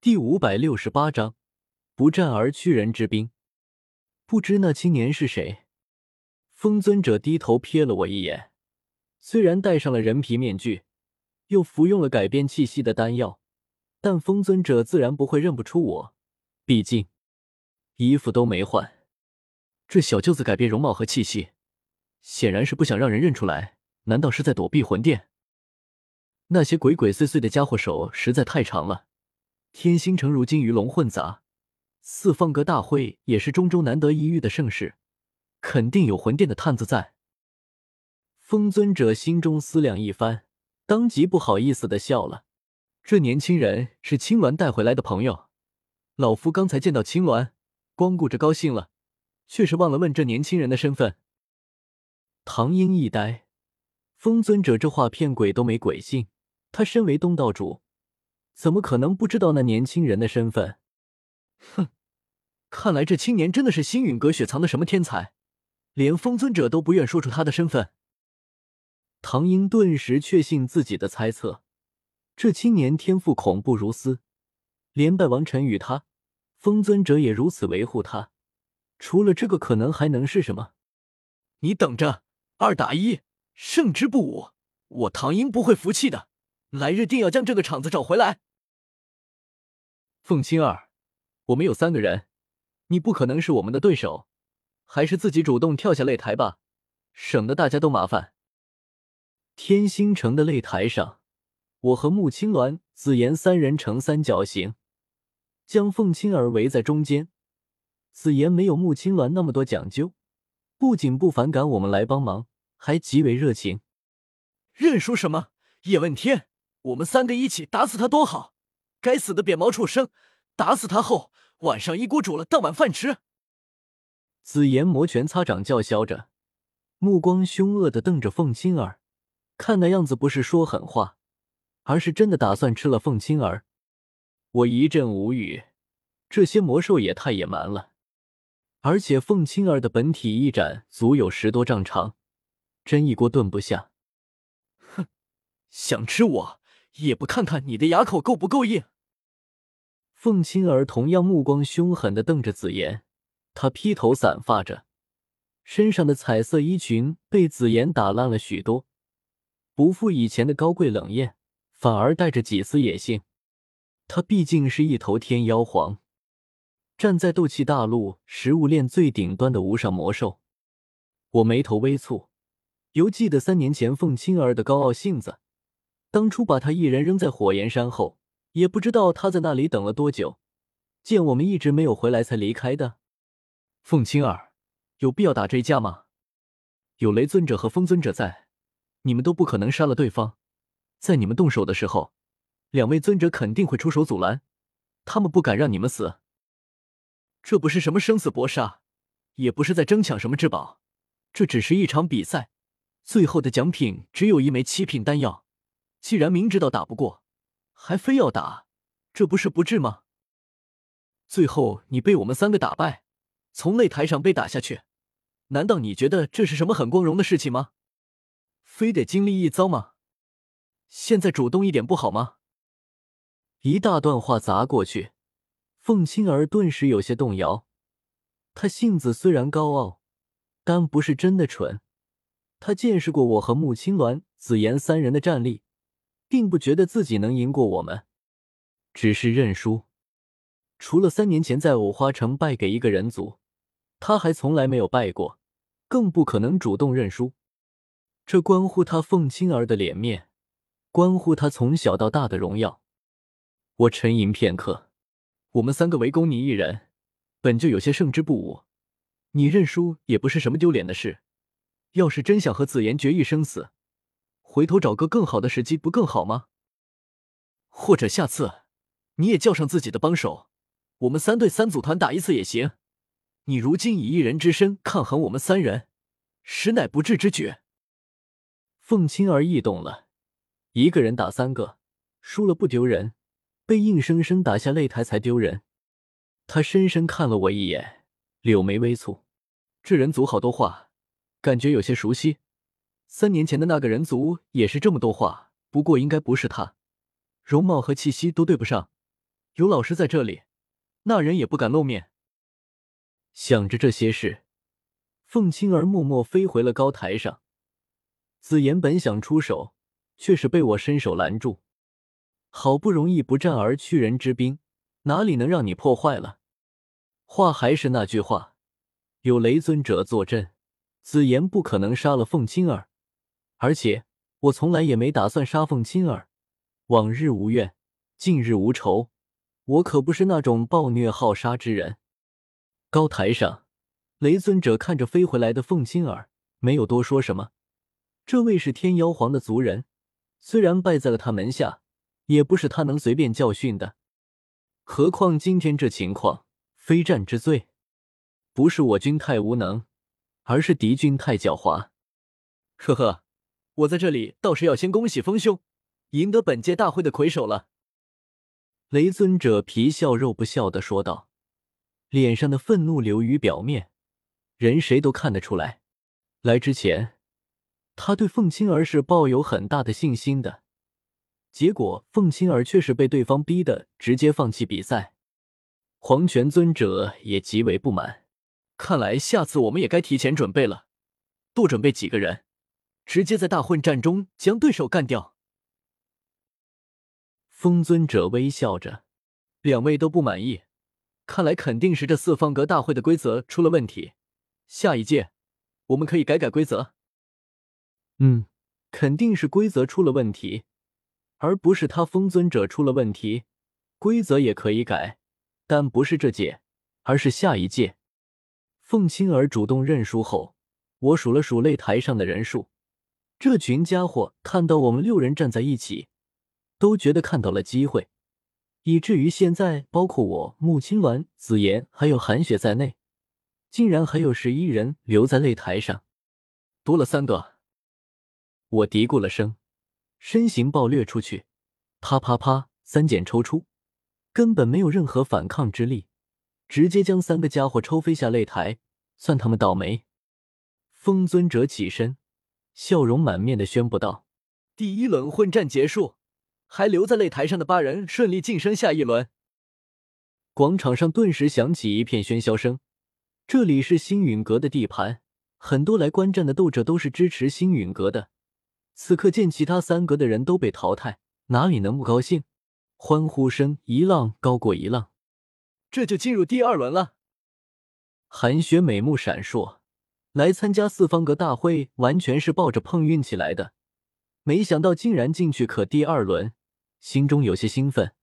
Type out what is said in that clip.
第568章不战而屈人之兵。不知那青年是谁？风尊者低头瞥了我一眼，虽然戴上了人皮面具，又服用了改变气息的丹药，但风尊者自然不会认不出我，毕竟衣服都没换。这小舅子改变容貌和气息，显然是不想让人认出来，难道是在躲避魂殿？那些鬼鬼祟祟的家伙手实在太长了。天星城如今鱼龙混杂，四方阁大会也是中州难得一遇的盛事，肯定有魂殿的探子在。风尊者心中思量一番，当即不好意思地笑了。这年轻人是青鸾带回来的朋友，老夫刚才见到青鸾，光顾着高兴了，却是忘了问这年轻人的身份。唐英一呆，风尊者这话骗鬼都没鬼信，他身为东道主，怎么可能不知道那年轻人的身份？哼，看来这青年真的是星陨阁雪藏的什么天才，连风尊者都不愿说出他的身份。唐英顿时确信自己的猜测，这青年天赋恐怖如斯，连败王臣与他，风尊者也如此维护他，除了这个可能还能是什么？你等着，2打1，胜之不武，我唐英不会服气的，来日定要将这个场子找回来。凤青儿，我们有3个人，你不可能是我们的对手，还是自己主动跳下擂台吧，省得大家都麻烦。天星城的擂台上，我和穆青鸾、紫妍3人呈三角形，将凤青儿围在中间。紫妍没有穆青鸾那么多讲究，不仅不反感我们来帮忙，还极为热情。认输什么？叶问天，我们3个一起打死他多好！该死的扁毛畜生，打死他后，晚上一锅煮了当晚饭吃。紫妍摩拳擦掌叫嚣着，目光凶恶地瞪着凤青儿，看那样子不是说狠话，而是真的打算吃了凤青儿。我一阵无语，这些魔兽也太野蛮了。而且凤青儿的本体一斩足有10多丈长，真一锅炖不下。哼，想吃我，也不看看你的牙口够不够硬。凤青儿同样目光凶狠地瞪着紫妍，她披头散发着，身上的彩色衣裙被紫妍打烂了许多，不复以前的高贵冷艳，反而带着几丝野性。她毕竟是一头天妖皇，站在斗气大陆食物链最顶端的无上魔兽。我眉头微蹙，犹记得3年前凤青儿的高傲性子，当初把她一人扔在火焰山后，也不知道她在那里等了多久，见我们一直没有回来才离开的。凤青儿，有必要打这一架吗？有雷尊者和风尊者在，你们都不可能杀了对方，在你们动手的时候，2位尊者肯定会出手阻拦，他们不敢让你们死。这不是什么生死搏杀，也不是在争抢什么至宝，这只是一场比赛，最后的奖品只有1枚7品丹药，既然明知道打不过，还非要打，这不是不智吗？最后你被我们3个打败，从擂台上被打下去，难道你觉得这是什么很光荣的事情吗？非得经历一遭吗？现在主动一点不好吗？一大段话砸过去，凤青儿顿时有些动摇。她性子虽然高傲，但不是真的蠢。她见识过我和穆青鸾、紫妍3人的战力，并不觉得自己能赢过我们，只是认输。除了3年前在藕花城败给一个人族，他还从来没有败过，更不可能主动认输。这关乎他凤青儿的脸面，关乎他从小到大的荣耀。我沉吟片刻，我们3个围攻你一人，本就有些胜之不武，你认输也不是什么丢脸的事。要是真想和紫妍决一生死，回头找个更好的时机不更好吗？或者下次你也叫上自己的帮手，我们3对3组团打一次也行。你如今以1人之身抗衡我们3人，实乃不智之举。凤青儿异动了，1个人打3个，输了不丢人，被硬生生打下擂台才丢人。他深深看了我一眼，柳眉微蹙，这人族好多话，感觉有些熟悉。3年前的那个人族也是这么多话，不过应该不是他，容貌和气息都对不上， 有老师在这里，那人也不敢露面。想着这些事，凤青儿默默飞回了高台上。紫妍本想出手，却是被我伸手拦住。好不容易不战而屈人之兵，哪里能让你破坏了？话还是那句话，有雷尊者坐镇，紫妍不可能杀了凤青儿。而且我从来也没打算杀凤青儿。往日无怨，近日无仇，我可不是那种暴虐好杀之人。高台上，雷尊者看着飞回来的凤青儿，没有多说什么。这位是天妖皇的族人，虽然败在了他门下，也不是他能随便教训的。何况今天这情况，非战之罪。不是我军太无能，而是敌军太狡猾。呵呵，我在这里倒是要先恭喜风兄，赢得本届大会的魁首了。雷尊者皮笑肉不笑地说道，脸上的愤怒流于表面，人谁都看得出来。来之前，他对凤青儿是抱有很大的信心的，结果凤青儿却是被对方逼得直接放弃比赛。黄泉尊者也极为不满，看来下次我们也该提前准备了，多准备几个人，直接在大混战中将对手干掉。风尊者微笑着，两位都不满意，看来肯定是这四方阁大会的规则出了问题，下一届我们可以改改规则。肯定是规则出了问题，而不是他风尊者出了问题。规则也可以改，但不是这届，而是下一届。凤青儿主动认输后，我数了数擂台上的人数，这群家伙看到我们6人站在一起，都觉得看到了机会，以至于现在包括我、穆青鸾、紫妍还有韩雪在内，竟然还有11人留在擂台上，多了3个。我嘀咕了声，身形暴掠出去，啪啪啪，3剑抽出，根本没有任何反抗之力，直接将3个家伙抽飞下擂台，算他们倒霉。风尊者起身，笑容满面地宣布道：第1轮混战结束，还留在擂台上的8人顺利晋升下一轮。广场上顿时响起一片喧嚣声，这里是星陨阁的地盘，很多来观战的斗者都是支持星陨阁的，此刻见其他3阁的人都被淘汰，哪里能不高兴？欢呼声一浪高过一浪，这就进入第2轮了。韩雪美目闪烁，来参加四方阁大会完全是抱着碰运气来的，没想到竟然进去可第2轮，心中有些兴奋。